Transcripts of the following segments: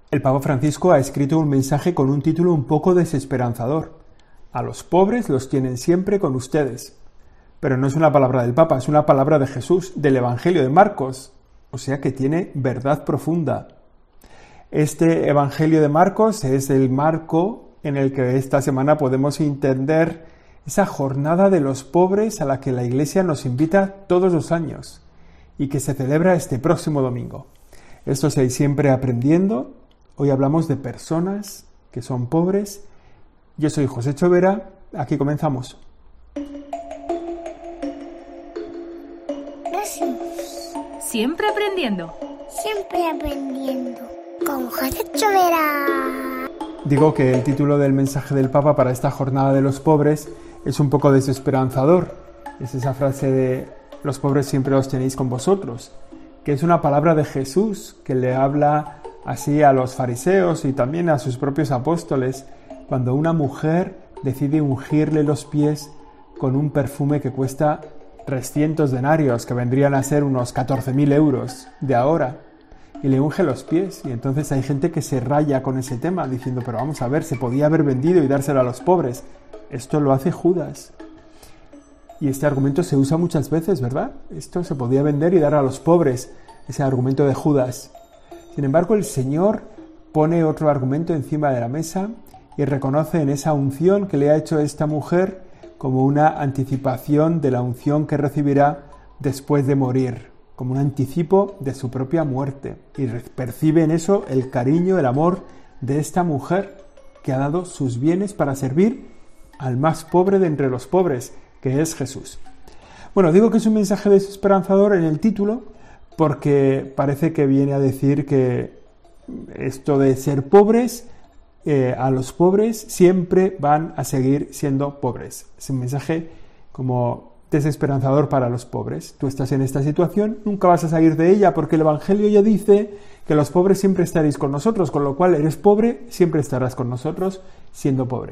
El Papa Francisco ha escrito un mensaje con un título un poco desesperanzador. A los pobres los tienen siempre con ustedes. Pero no es una palabra del Papa, es una palabra de Jesús, del Evangelio de Marcos. O sea que tiene verdad profunda. Este Evangelio de Marcos es el marco en el que esta semana podemos entender esa jornada de los pobres a la que la Iglesia nos invita todos los años y que se celebra este próximo domingo. Esto es Siempre Aprendiendo. Hoy hablamos de personas que son pobres. Yo soy José Chovera. Aquí comenzamos. Siempre aprendiendo. Siempre aprendiendo. Con José Chovera. Digo que el título del mensaje del Papa para esta jornada de los pobres es un poco desesperanzador. Es esa frase de los pobres siempre los tenéis con vosotros, que es una palabra de Jesús que le habla así a los fariseos y también a sus propios apóstoles cuando una mujer decide ungirle los pies con un perfume que cuesta 300 denarios, que vendrían a ser unos 14.000 euros de ahora, y le unge los pies. Y entonces hay gente que se raya con ese tema diciendo, pero vamos a ver, se podía haber vendido y dárselo a los pobres. Esto lo hace Judas. Y este argumento se usa muchas veces, ¿verdad? Esto se podía vender y dar a los pobres, ese argumento de Judas. Sin embargo, el Señor pone otro argumento encima de la mesa y reconoce en esa unción que le ha hecho esta mujer como una anticipación de la unción que recibirá después de morir, como un anticipo de su propia muerte. Y percibe en eso el cariño, el amor de esta mujer que ha dado sus bienes para servir al más pobre de entre los pobres, que es Jesús. Bueno, digo que es un mensaje desesperanzador en el título porque parece que viene a decir que esto de ser pobres, a los pobres siempre van a seguir siendo pobres. Es un mensaje como desesperanzador para los pobres. Tú estás en esta situación, nunca vas a salir de ella porque el Evangelio ya dice que los pobres siempre estaréis con nosotros, con lo cual eres pobre, siempre estarás con nosotros siendo pobre.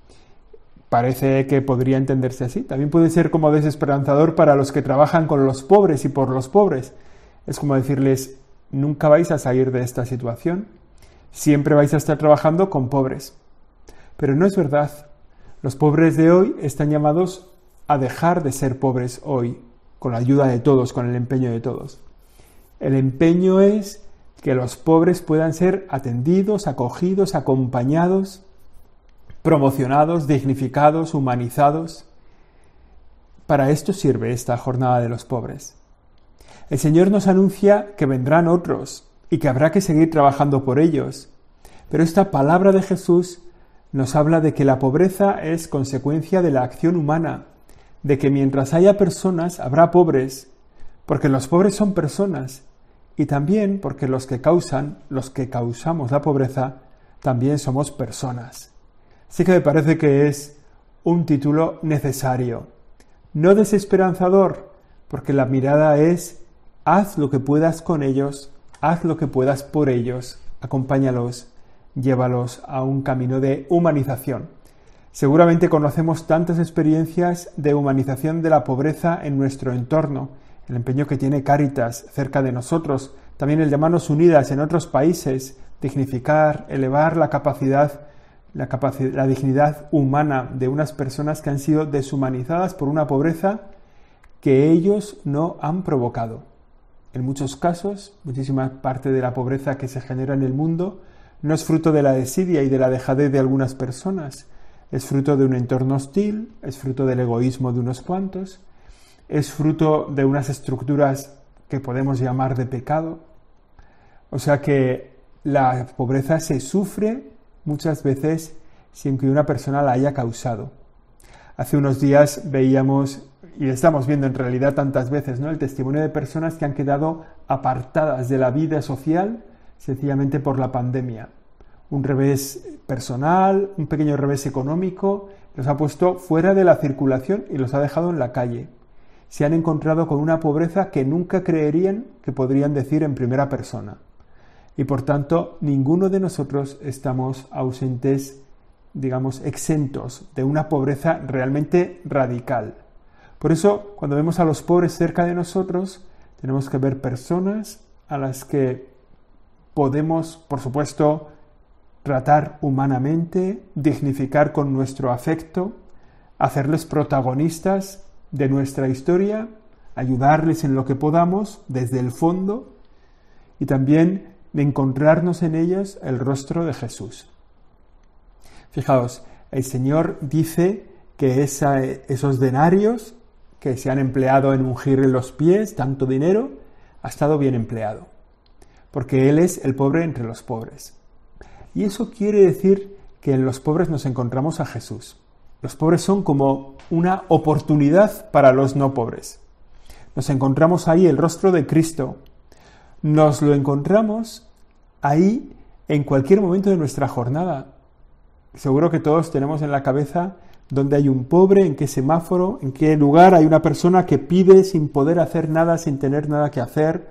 Parece que podría entenderse así. También puede ser como desesperanzador para los que trabajan con los pobres y por los pobres. Es como decirles, nunca vais a salir de esta situación, siempre vais a estar trabajando con pobres. Pero no es verdad. Los pobres de hoy están llamados a dejar de ser pobres hoy, con la ayuda de todos, con el empeño de todos. El empeño es que los pobres puedan ser atendidos, acogidos, acompañados, promocionados, dignificados, humanizados. Para esto sirve esta jornada de los pobres. El Señor nos anuncia que vendrán otros y que habrá que seguir trabajando por ellos. Pero esta palabra de Jesús nos habla de que la pobreza es consecuencia de la acción humana, de que mientras haya personas habrá pobres, porque los pobres son personas, y también porque los que causamos la pobreza, también somos personas. Así que me parece que es un título necesario, no desesperanzador, porque la mirada es haz lo que puedas con ellos, haz lo que puedas por ellos, acompáñalos, llévalos a un camino de humanización. Seguramente conocemos tantas experiencias de humanización de la pobreza en nuestro entorno, el empeño que tiene Cáritas cerca de nosotros, también el de Manos Unidas en otros países, dignificar, elevar la dignidad humana de unas personas que han sido deshumanizadas por una pobreza que ellos no han provocado. En muchos casos, muchísima parte de la pobreza que se genera en el mundo no es fruto de la desidia y de la dejadez de algunas personas, es fruto de un entorno hostil, es fruto del egoísmo de unos cuantos, es fruto de unas estructuras que podemos llamar de pecado. O sea que la pobreza se sufre muchas veces sin que una persona la haya causado. Hace unos días veíamos, y estamos viendo en realidad tantas veces, ¿no?, el testimonio de personas que han quedado apartadas de la vida social sencillamente por la pandemia. Un revés personal, un pequeño revés económico, los ha puesto fuera de la circulación y los ha dejado en la calle. Se han encontrado con una pobreza que nunca creerían que podrían decir en primera persona. Y por tanto, ninguno de nosotros estamos ausentes, digamos, exentos de una pobreza realmente radical. Por eso, cuando vemos a los pobres cerca de nosotros, tenemos que ver personas a las que podemos, por supuesto, tratar humanamente, dignificar con nuestro afecto, hacerles protagonistas de nuestra historia, ayudarles en lo que podamos desde el fondo y también de encontrarnos en ellos el rostro de Jesús. Fijaos, el Señor dice que esos denarios que se han empleado en ungir los pies, tanto dinero, ha estado bien empleado, porque Él es el pobre entre los pobres. Y eso quiere decir que en los pobres nos encontramos a Jesús. Los pobres son como una oportunidad para los no pobres. Nos encontramos ahí el rostro de Cristo. Nos lo encontramos ahí en cualquier momento de nuestra jornada. Seguro que todos tenemos en la cabeza dónde hay un pobre, en qué semáforo, en qué lugar hay una persona que pide sin poder hacer nada, sin tener nada que hacer.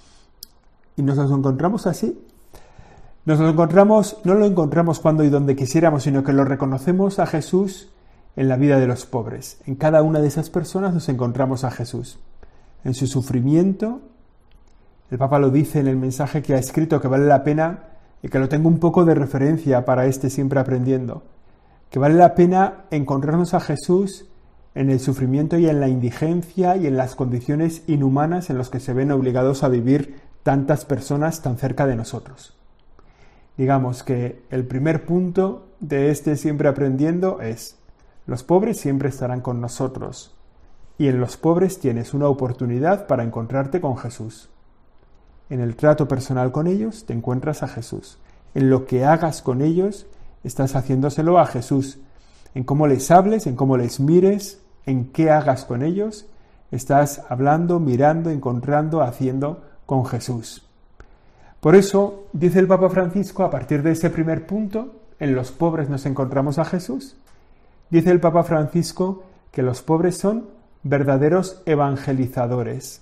Y nos los encontramos así. No lo encontramos cuando y donde quisiéramos, sino que lo reconocemos a Jesús en la vida de los pobres. En cada una de esas personas nos encontramos a Jesús. En su sufrimiento, el Papa lo dice en el mensaje que ha escrito, que vale la pena, y que lo tengo un poco de referencia para siempre aprendiendo, que vale la pena encontrarnos a Jesús en el sufrimiento y en la indigencia y en las condiciones inhumanas en las que se ven obligados a vivir tantas personas tan cerca de nosotros. Digamos que el primer punto de siempre aprendiendo es: los pobres siempre estarán con nosotros, y en los pobres tienes una oportunidad para encontrarte con Jesús. En el trato personal con ellos te encuentras a Jesús. En lo que hagas con ellos estás haciéndoselo a Jesús. En cómo les hables, en cómo les mires, en qué hagas con ellos, estás hablando, mirando, encontrando, haciendo con Jesús. Por eso, dice el Papa Francisco, a partir de ese primer punto, en los pobres nos encontramos a Jesús. Dice el Papa Francisco que los pobres son verdaderos evangelizadores.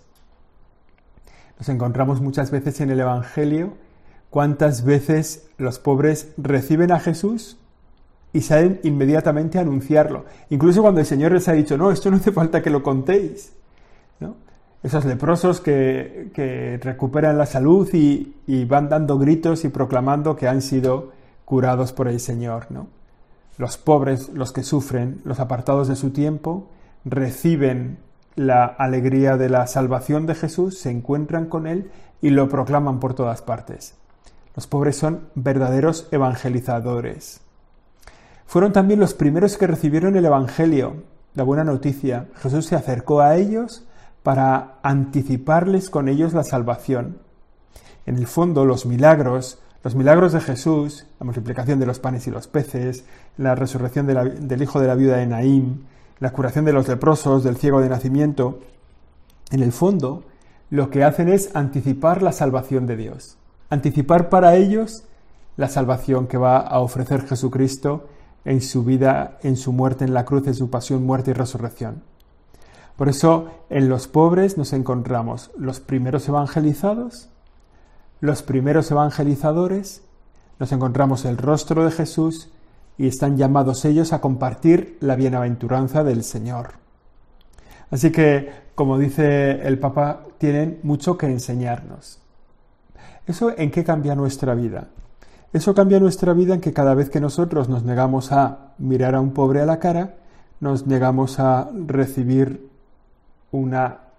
Nos encontramos muchas veces en el Evangelio cuántas veces los pobres reciben a Jesús y salen inmediatamente a anunciarlo. Incluso cuando el Señor les ha dicho: no, esto no hace falta que lo contéis, ¿no? Esos leprosos que recuperan la salud y van dando gritos y proclamando que han sido curados por el Señor, ¿no? Los pobres, los que sufren, los apartados de su tiempo, reciben la alegría de la salvación de Jesús, se encuentran con Él y lo proclaman por todas partes. Los pobres son verdaderos evangelizadores. Fueron también los primeros que recibieron el Evangelio, la buena noticia. Jesús se acercó a ellos para anticiparles con ellos la salvación. En el fondo, los milagros de Jesús, la multiplicación de los panes y los peces, la resurrección del hijo de la viuda de Naín, la curación de los leprosos, del ciego de nacimiento, en el fondo, lo que hacen es anticipar la salvación de Dios. Anticipar para ellos la salvación que va a ofrecer Jesucristo en su vida, en su muerte en la cruz, en su pasión, muerte y resurrección. Por eso, en los pobres nos encontramos los primeros evangelizados, los primeros evangelizadores, nos encontramos el rostro de Jesús y están llamados ellos a compartir la bienaventuranza del Señor. Así que, como dice el Papa, tienen mucho que enseñarnos. ¿Eso en qué cambia nuestra vida? Eso cambia nuestra vida en que cada vez que nosotros nos negamos a mirar a un pobre a la cara, nos negamos a recibir un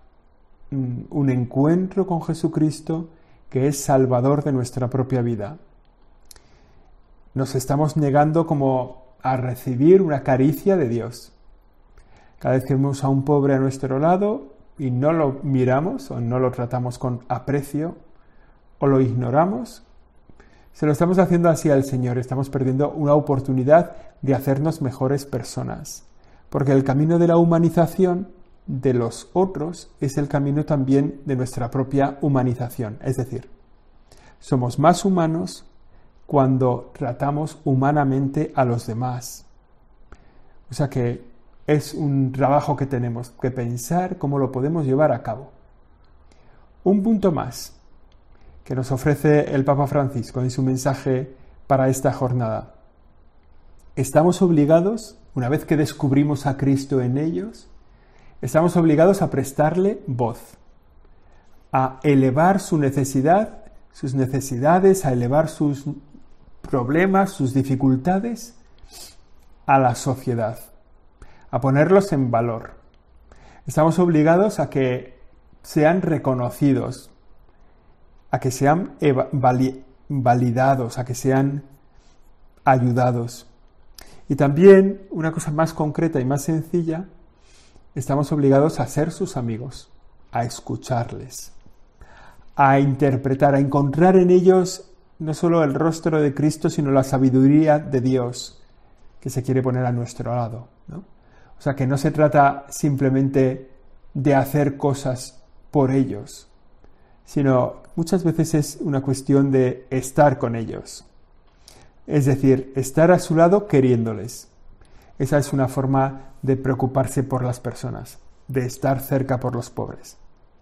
encuentro con Jesucristo que es salvador de nuestra propia vida. Nos estamos negando como a recibir una caricia de Dios. Cada vez que vemos a un pobre a nuestro lado y no lo miramos o no lo tratamos con aprecio o lo ignoramos, se lo estamos haciendo así al Señor. Estamos perdiendo una oportunidad de hacernos mejores personas. Porque el camino de la humanización de los otros es el camino también de nuestra propia humanización. Es decir, somos más humanos cuando tratamos humanamente a los demás. O sea que es un trabajo que tenemos que pensar cómo lo podemos llevar a cabo. Un punto más que nos ofrece el Papa Francisco en su mensaje para esta jornada. Estamos obligados, una vez que descubrimos a Cristo en ellos, estamos obligados a prestarle voz, a elevar su necesidad, sus necesidades, a elevar sus problemas, sus dificultades a la sociedad, a ponerlos en valor. Estamos obligados a que sean reconocidos, a que sean validados, a que sean ayudados. Y también, una cosa más concreta y más sencilla, estamos obligados a ser sus amigos, a escucharles, a interpretar, a encontrar en ellos no solo el rostro de Cristo, sino la sabiduría de Dios que se quiere poner a nuestro lado, ¿no? O sea, que no se trata simplemente de hacer cosas por ellos, sino muchas veces es una cuestión de estar con ellos. Es decir, estar a su lado queriéndoles. Esa es una forma de preocuparse por las personas, de estar cerca por los pobres.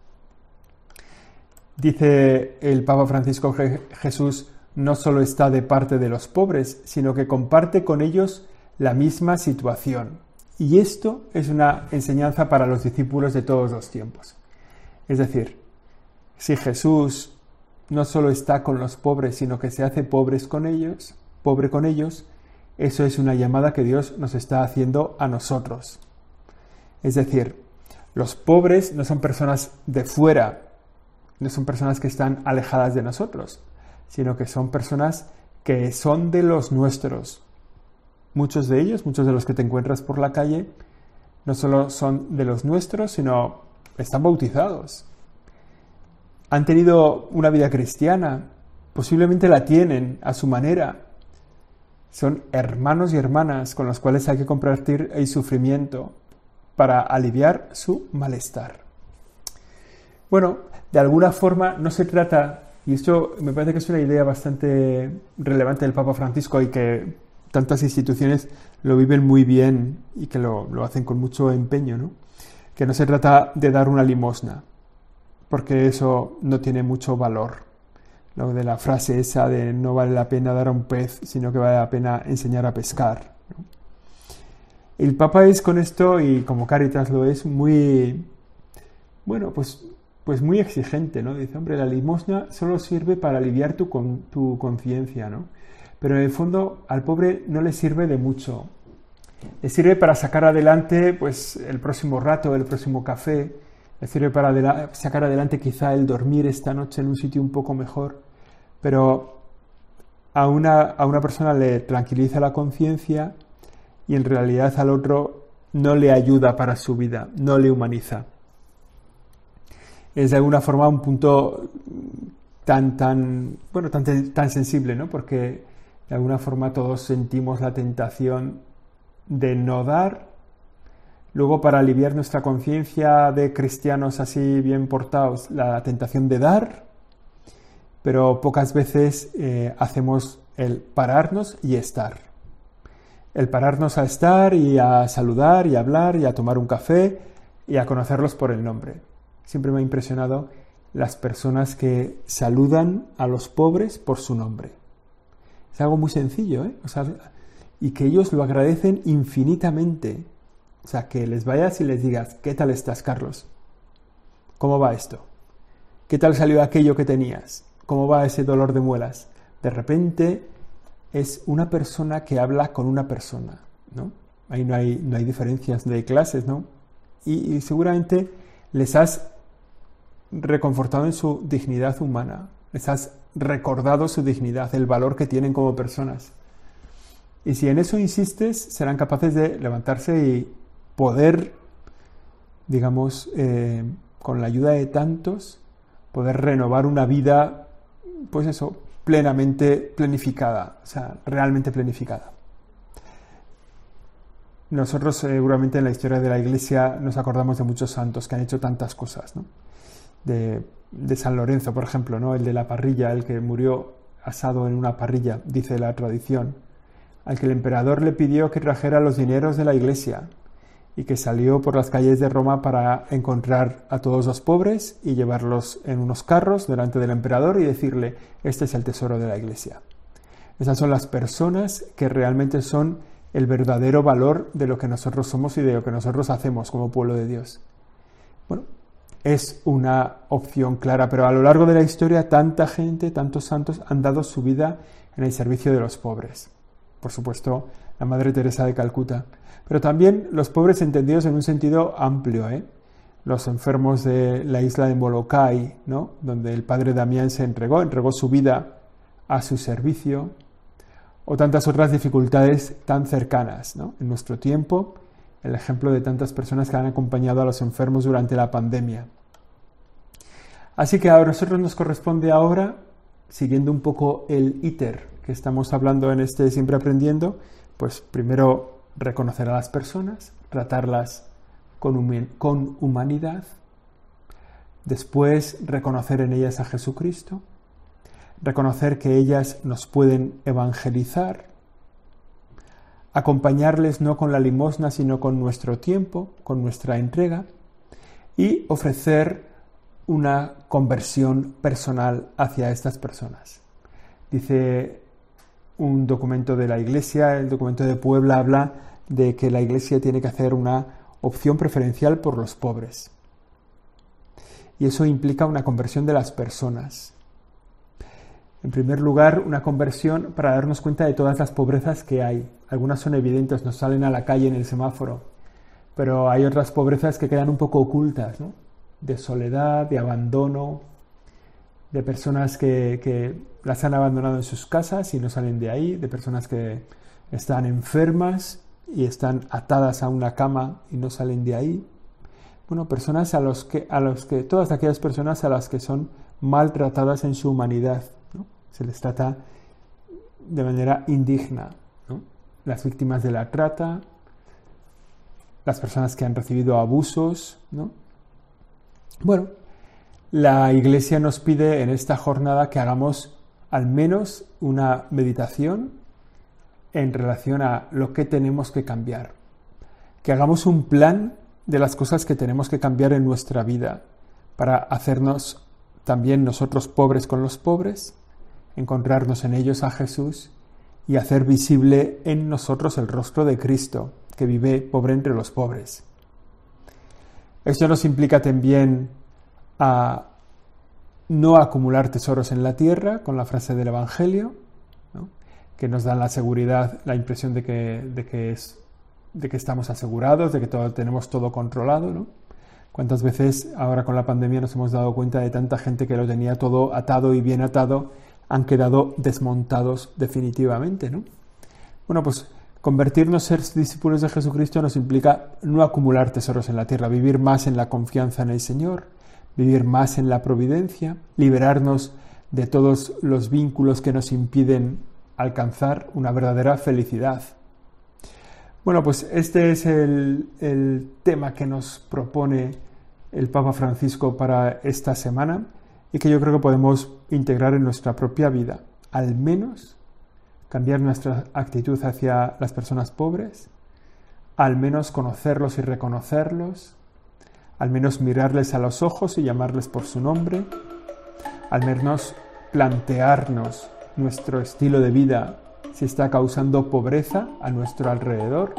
Dice el Papa Francisco que Jesús no solo está de parte de los pobres, sino que comparte con ellos la misma situación. Y esto es una enseñanza para los discípulos de todos los tiempos. Es decir, si Jesús no solo está con los pobres, sino que se hace pobre con ellos, eso es una llamada que Dios nos está haciendo a nosotros. Es decir, los pobres no son personas de fuera, no son personas que están alejadas de nosotros, sino que son personas que son de los nuestros. Muchos de ellos, muchos de los que te encuentras por la calle, no solo son de los nuestros, sino están bautizados. Han tenido una vida cristiana, posiblemente la tienen a su manera. Son hermanos y hermanas con los cuales hay que compartir el sufrimiento para aliviar su malestar. Bueno, de alguna forma no se trata, y esto me parece que es una idea bastante relevante del Papa Francisco y que tantas instituciones lo viven muy bien y que lo hacen con mucho empeño, ¿no? Que no se trata de dar una limosna, porque eso no tiene mucho valor. Lo de la frase esa de no vale la pena dar a un pez, sino que vale la pena enseñar a pescar, ¿no? El Papa es con esto, y como Cáritas lo es, muy, bueno, pues muy exigente, ¿no? Dice, hombre, la limosna solo sirve para aliviar tu conciencia, ¿no? Pero en el fondo al pobre no le sirve de mucho. Le sirve para sacar adelante pues el próximo rato, el próximo café. Le sirve para sacar adelante quizá el dormir esta noche en un sitio un poco mejor. Pero a una persona le tranquiliza la conciencia y en realidad al otro no le ayuda para su vida, no le humaniza. Es de alguna forma un punto tan sensible, ¿no? Porque de alguna forma todos sentimos la tentación de no dar. Luego, para aliviar nuestra conciencia de cristianos así bien portados, la tentación de dar. Pero pocas veces hacemos el pararnos y estar. El pararnos a estar y a saludar y a hablar y a tomar un café y a conocerlos por el nombre. Siempre me ha impresionado las personas que saludan a los pobres por su nombre. Es algo muy sencillo, ¿eh? O sea, y que ellos lo agradecen infinitamente. O sea, que les vayas y les digas, ¿qué tal estás, Carlos? ¿Cómo va esto? ¿Qué tal salió aquello que tenías? ¿Cómo va ese dolor de muelas? De repente es una persona que habla con una persona, ¿no? Ahí no hay diferencias de clases, ¿no? Y seguramente les has reconfortado en su dignidad humana, les has recordado su dignidad, el valor que tienen como personas. Y si en eso insistes, serán capaces de levantarse y poder, digamos, con la ayuda de tantos, poder renovar una vida, pues eso, plenamente planificada, o sea, realmente planificada. Nosotros seguramente en la historia de la Iglesia nos acordamos de muchos santos que han hecho tantas cosas, ¿no? De San Lorenzo, por ejemplo, ¿no? El de la parrilla, el que murió asado en una parrilla, dice la tradición, al que el emperador le pidió que trajera los dineros de la Iglesia y que salió por las calles de Roma para encontrar a todos los pobres y llevarlos en unos carros delante del emperador y decirle, este es el tesoro de la Iglesia. Esas son las personas que realmente son el verdadero valor de lo que nosotros somos y de lo que nosotros hacemos como pueblo de Dios. Bueno, es una opción clara, pero a lo largo de la historia tanta gente, tantos santos han dado su vida en el servicio de los pobres. Por supuesto, la Madre Teresa de Calcuta, pero también los pobres entendidos en un sentido amplio, los enfermos de la isla de Molokai, ¿no? Donde el padre Damián se entregó su vida a su servicio, o tantas otras dificultades tan cercanas, ¿no? En nuestro tiempo, el ejemplo de tantas personas que han acompañado a los enfermos durante la pandemia. Así que a nosotros nos corresponde ahora, siguiendo un poco el íter que estamos hablando en este Siempre Aprendiendo, pues primero reconocer a las personas, tratarlas con humanidad, después reconocer en ellas a Jesucristo, reconocer que ellas nos pueden evangelizar, acompañarles no con la limosna, sino con nuestro tiempo, con nuestra entrega, y ofrecer una conversión personal hacia estas personas. Dice un documento de la Iglesia, el documento de Puebla, habla de que la Iglesia tiene que hacer una opción preferencial por los pobres. Y eso implica una conversión de las personas. En primer lugar, una conversión para darnos cuenta de todas las pobrezas que hay. Algunas son evidentes, nos salen a la calle en el semáforo, pero hay otras pobrezas que quedan un poco ocultas, ¿no? De soledad, de abandono, de personas que las han abandonado en sus casas y no salen de ahí, de personas que están enfermas y están atadas a una cama y no salen de ahí. Bueno, personas todas aquellas personas a las que son maltratadas en su humanidad, ¿no? Se les trata de manera indigna, ¿no? Las víctimas de la trata, las personas que han recibido abusos, ¿no? Bueno, la Iglesia nos pide en esta jornada que hagamos al menos una meditación en relación a lo que tenemos que cambiar, que hagamos un plan de las cosas que tenemos que cambiar en nuestra vida para hacernos también nosotros pobres con los pobres, encontrarnos en ellos a Jesús y hacer visible en nosotros el rostro de Cristo, que vive pobre entre los pobres. Esto nos implica también a no acumular tesoros en la tierra, con la frase del Evangelio, ¿no? Que nos da la seguridad, la impresión de que estamos asegurados, de que tenemos todo controlado, ¿no? ¿Cuántas veces ahora con la pandemia nos hemos dado cuenta de tanta gente que lo tenía todo atado y bien atado, han quedado desmontados definitivamente, ¿no? Bueno, pues convertirnos en ser discípulos de Jesucristo nos implica no acumular tesoros en la tierra, vivir más en la confianza en el Señor, vivir más en la providencia, liberarnos de todos los vínculos que nos impiden alcanzar una verdadera felicidad. Bueno, pues este es el tema que nos propone el Papa Francisco para esta semana y que yo creo que podemos integrar en nuestra propia vida. Al menos cambiar nuestra actitud hacia las personas pobres, al menos conocerlos y reconocerlos, al menos mirarles a los ojos y llamarles por su nombre, al menos plantearnos nuestro estilo de vida si está causando pobreza a nuestro alrededor,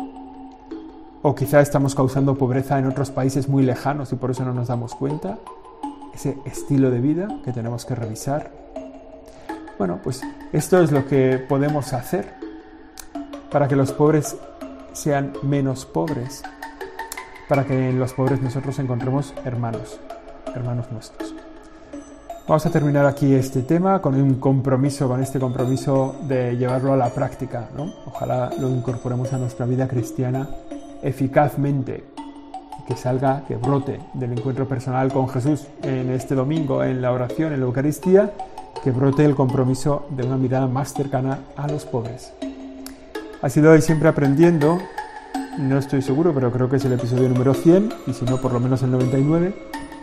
o quizá estamos causando pobreza en otros países muy lejanos y por eso no nos damos cuenta. Ese estilo de vida que tenemos que revisar. Bueno, pues esto es lo que podemos hacer para que los pobres sean menos pobres, para que en los pobres nosotros encontremos hermanos nuestros. Vamos a terminar aquí este tema con este compromiso de llevarlo a la práctica, ¿no? Ojalá lo incorporemos a nuestra vida cristiana eficazmente, que brote del encuentro personal con Jesús en este domingo, en la oración, en la Eucaristía, que brote el compromiso de una mirada más cercana a los pobres. Ha sido hoy Siempre Aprendiendo, no estoy seguro, pero creo que es el episodio número 100, y si no, por lo menos el 99.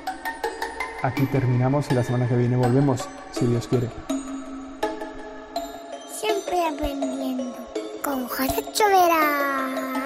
Aquí terminamos y la semana que viene volvemos, si Dios quiere. Siempre Aprendiendo con José Chovera.